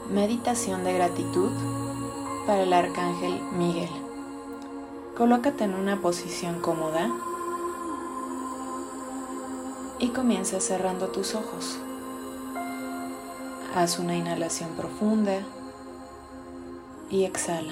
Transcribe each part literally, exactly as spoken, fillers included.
Meditación de gratitud para el Arcángel Miguel. Colócate en una posición cómoda y comienza cerrando tus ojos. Haz una inhalación profunda y exhala.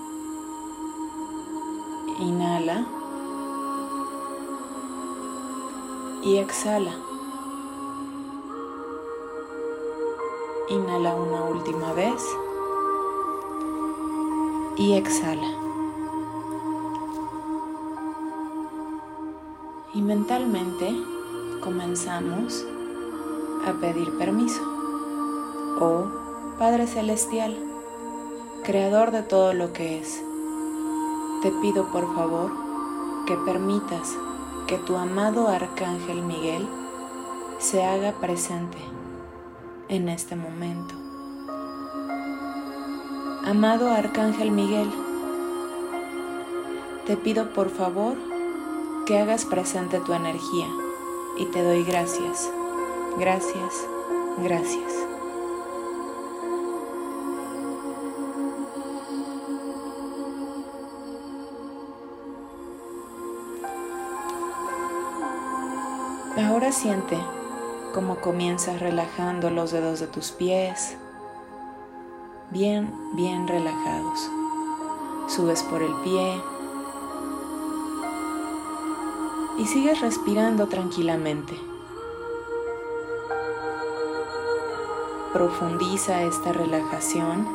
Inhala y exhala. Inhala una última vez y exhala. Y mentalmente comenzamos a pedir permiso. Oh Padre Celestial, Creador de todo lo que es, te pido por favor que permitas que tu amado Arcángel Miguel se haga presente en este momento. Amado Arcángel Miguel, te pido por favor que hagas presente tu energía y te doy gracias, gracias, gracias. Ahora siente cómo comienzas relajando los dedos de tus pies, bien, bien relajados. Subes por el pie y sigues respirando tranquilamente. Profundiza esta relajación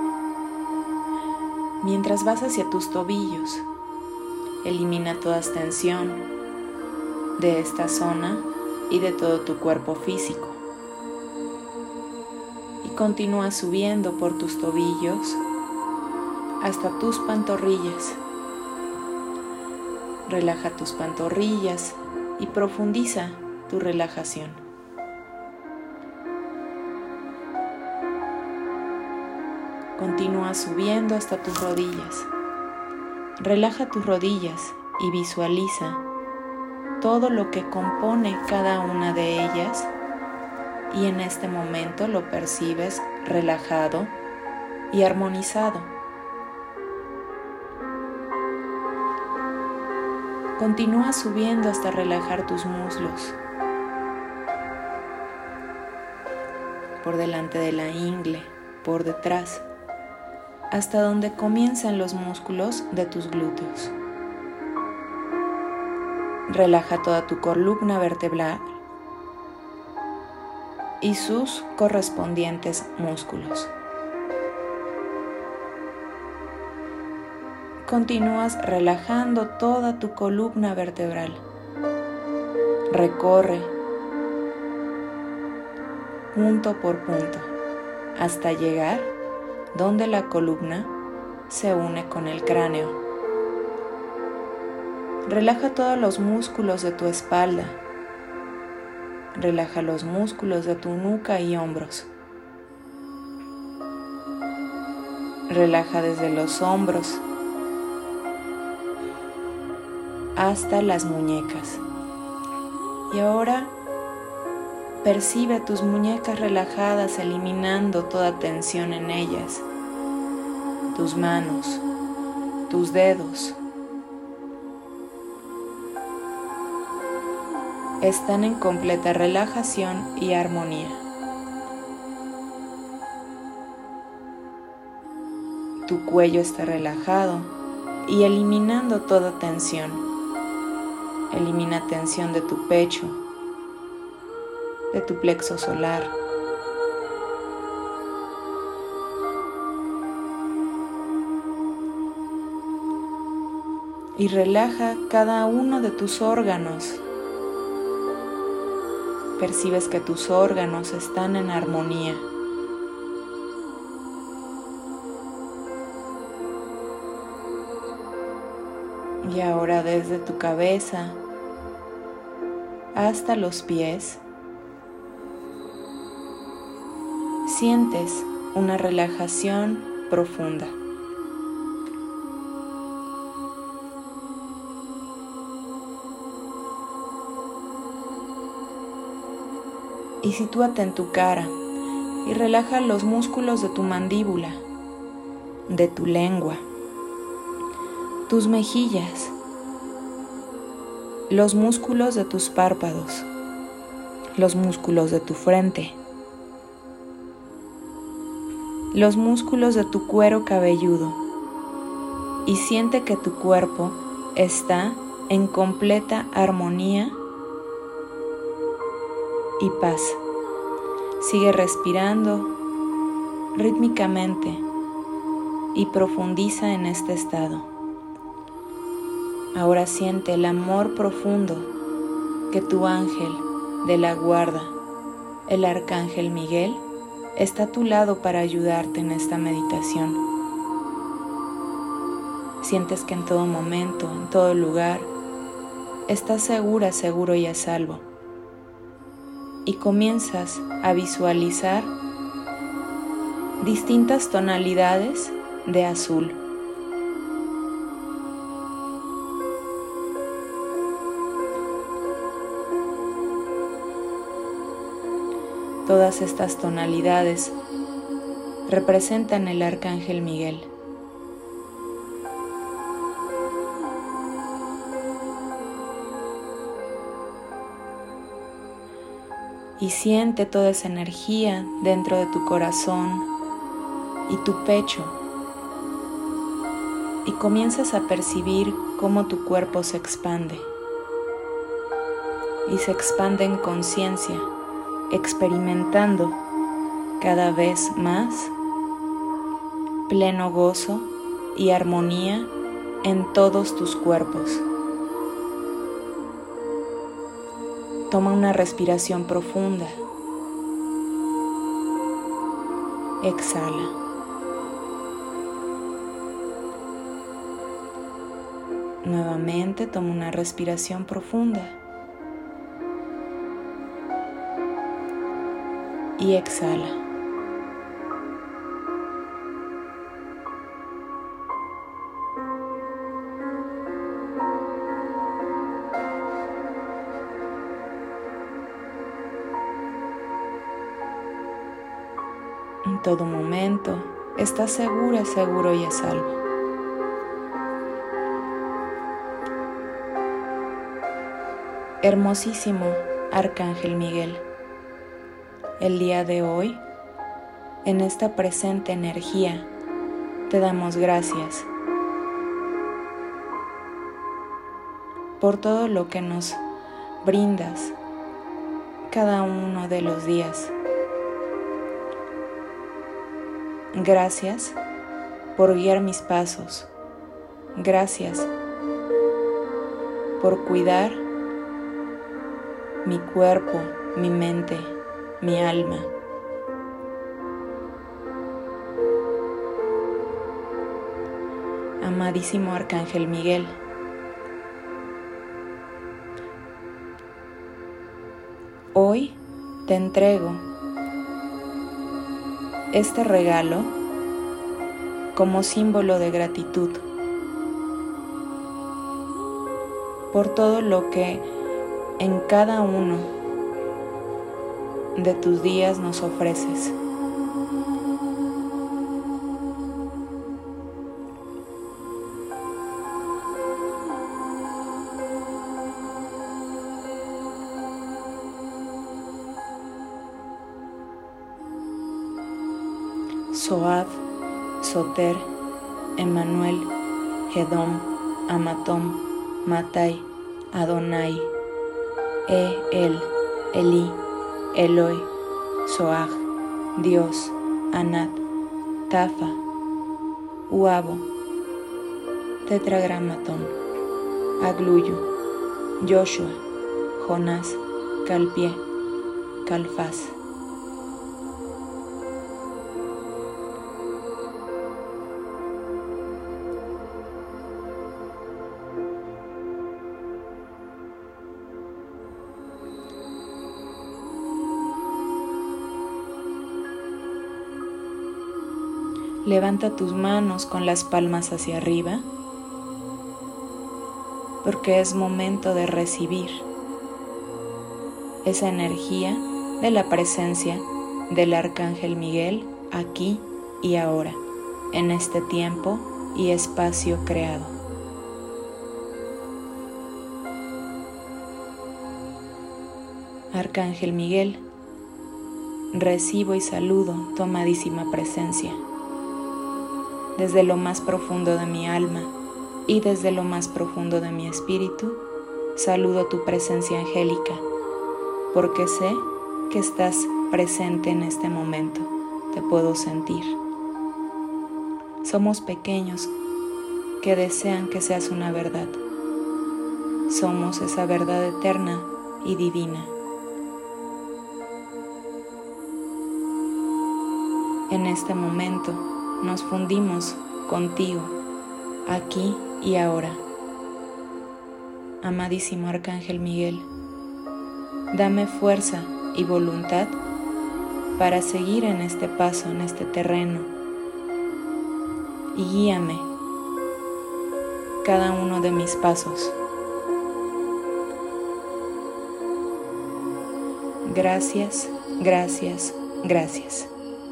mientras vas hacia tus tobillos. Elimina toda tensión de esta zona y de todo tu cuerpo físico. Y continúa subiendo por tus tobillos hasta tus pantorrillas. Relaja tus pantorrillas y profundiza tu relajación. Continúa subiendo hasta tus rodillas. Relaja tus rodillas y visualiza todo lo que compone cada una de ellas, y en este momento lo percibes relajado y armonizado. Continúa subiendo hasta relajar tus muslos, por delante de la ingle, por detrás, hasta donde comienzan los músculos de tus glúteos. Relaja toda tu columna vertebral y sus correspondientes músculos. Continúas relajando toda tu columna vertebral. Recorre punto por punto hasta llegar donde la columna se une con el cráneo. Relaja todos los músculos de tu espalda. Relaja los músculos de tu nuca y hombros. Relaja desde los hombros hasta las muñecas. Y ahora percibe tus muñecas relajadas, eliminando toda tensión en ellas. Tus manos, tus dedos están en completa relajación y armonía. Tu cuello está relajado y eliminando toda tensión. Elimina tensión de tu pecho, de tu plexo solar. Y relaja cada uno de tus órganos. Percibes que tus órganos están en armonía. Y ahora desde tu cabeza hasta los pies, sientes una relajación profunda. Y sitúate en tu cara y relaja los músculos de tu mandíbula, de tu lengua, tus mejillas, los músculos de tus párpados, los músculos de tu frente, los músculos de tu cuero cabelludo, y siente que tu cuerpo está en completa armonía y paz. Sigue respirando rítmicamente y profundiza en este estado. Ahora siente el amor profundo que tu ángel de la guarda, el arcángel Miguel, está a tu lado para ayudarte en esta meditación. Sientes que en todo momento, en todo lugar, estás segura, seguro y a salvo. Y comienzas a visualizar distintas tonalidades de azul. Todas estas tonalidades representan el arcángel Miguel. Y siente toda esa energía dentro de tu corazón y tu pecho. Y comienzas a percibir cómo tu cuerpo se expande. Y se expande en conciencia, experimentando cada vez más pleno gozo y armonía en todos tus cuerpos. Toma una respiración profunda. Exhala. Nuevamente toma una respiración profunda. Y exhala. En todo momento estás segura, seguro y a salvo. Hermosísimo Arcángel Miguel, el día de hoy, en esta presente energía, te damos gracias por todo lo que nos brindas cada uno de los días. Gracias por guiar mis pasos. Gracias por cuidar mi cuerpo, mi mente, mi alma. Amadísimo Arcángel Miguel, hoy te entrego este regalo como símbolo de gratitud por todo lo que en cada uno de tus días nos ofreces. Soad, Soter, Emmanuel, Edom, Amatom, Matai, Adonai, E, El, Eli, Eloi, Soaj, Dios, Anat, Tafa, Uabo, Tetragramatón, Agluyu, Joshua, Jonás, Calpie, Calfaz. Levanta tus manos con las palmas hacia arriba, porque es momento de recibir esa energía de la presencia del Arcángel Miguel aquí y ahora, en este tiempo y espacio creado. Arcángel Miguel, recibo y saludo tu amadísima presencia. Desde lo más profundo de mi alma y desde lo más profundo de mi espíritu, saludo tu presencia angélica, porque sé que estás presente en este momento, te puedo sentir. Somos pequeños que desean que seas una verdad. Somos esa verdad eterna y divina. En este momento nos fundimos contigo, aquí y ahora. Amadísimo Arcángel Miguel, dame fuerza y voluntad para seguir en este paso, en este terreno, y guíame cada uno de mis pasos. Gracias, gracias, gracias.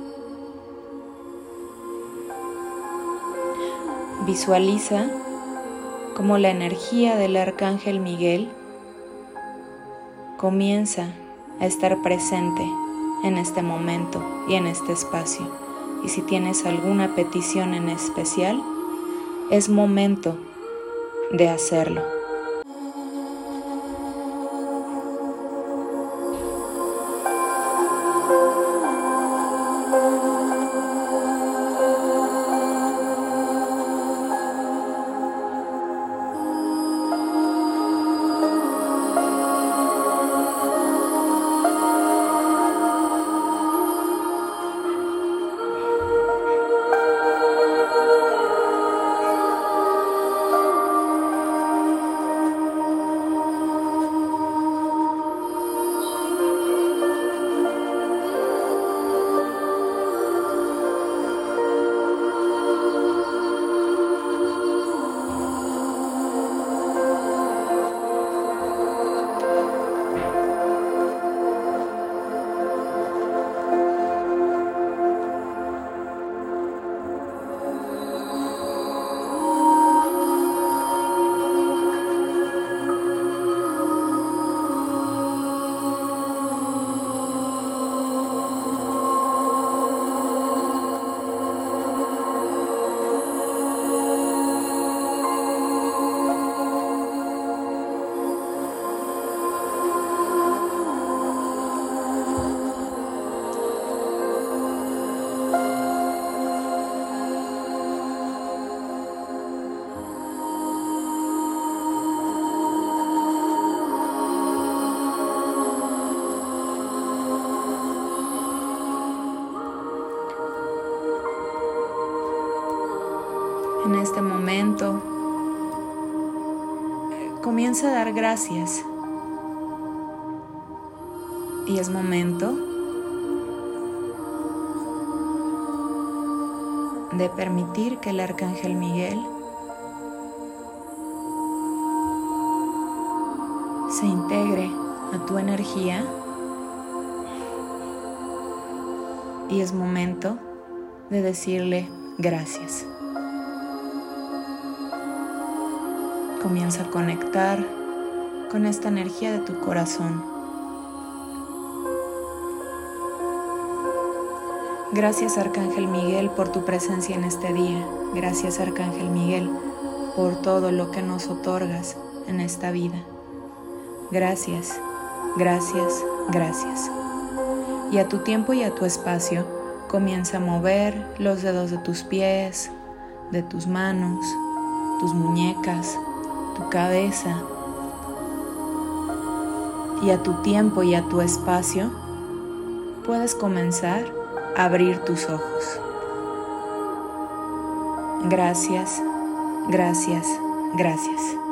Visualiza cómo la energía del Arcángel Miguel comienza a estar presente en este momento y en este espacio. Y si tienes alguna petición en especial, es momento de hacerlo. En este momento, comienza a dar gracias. Y es momento de permitir que el Arcángel Miguel se integre a tu energía. Y es momento de decirle gracias. Comienza a conectar con esta energía de tu corazón. Gracias, Arcángel Miguel, por tu presencia en este día. Gracias, Arcángel Miguel, por todo lo que nos otorgas en esta vida. Gracias, gracias, gracias. Y a tu tiempo y a tu espacio, comienza a mover los dedos de tus pies, de tus manos, tus muñecas, tu cabeza. Y a tu tiempo y a tu espacio, puedes comenzar a abrir tus ojos. Gracias, gracias, gracias.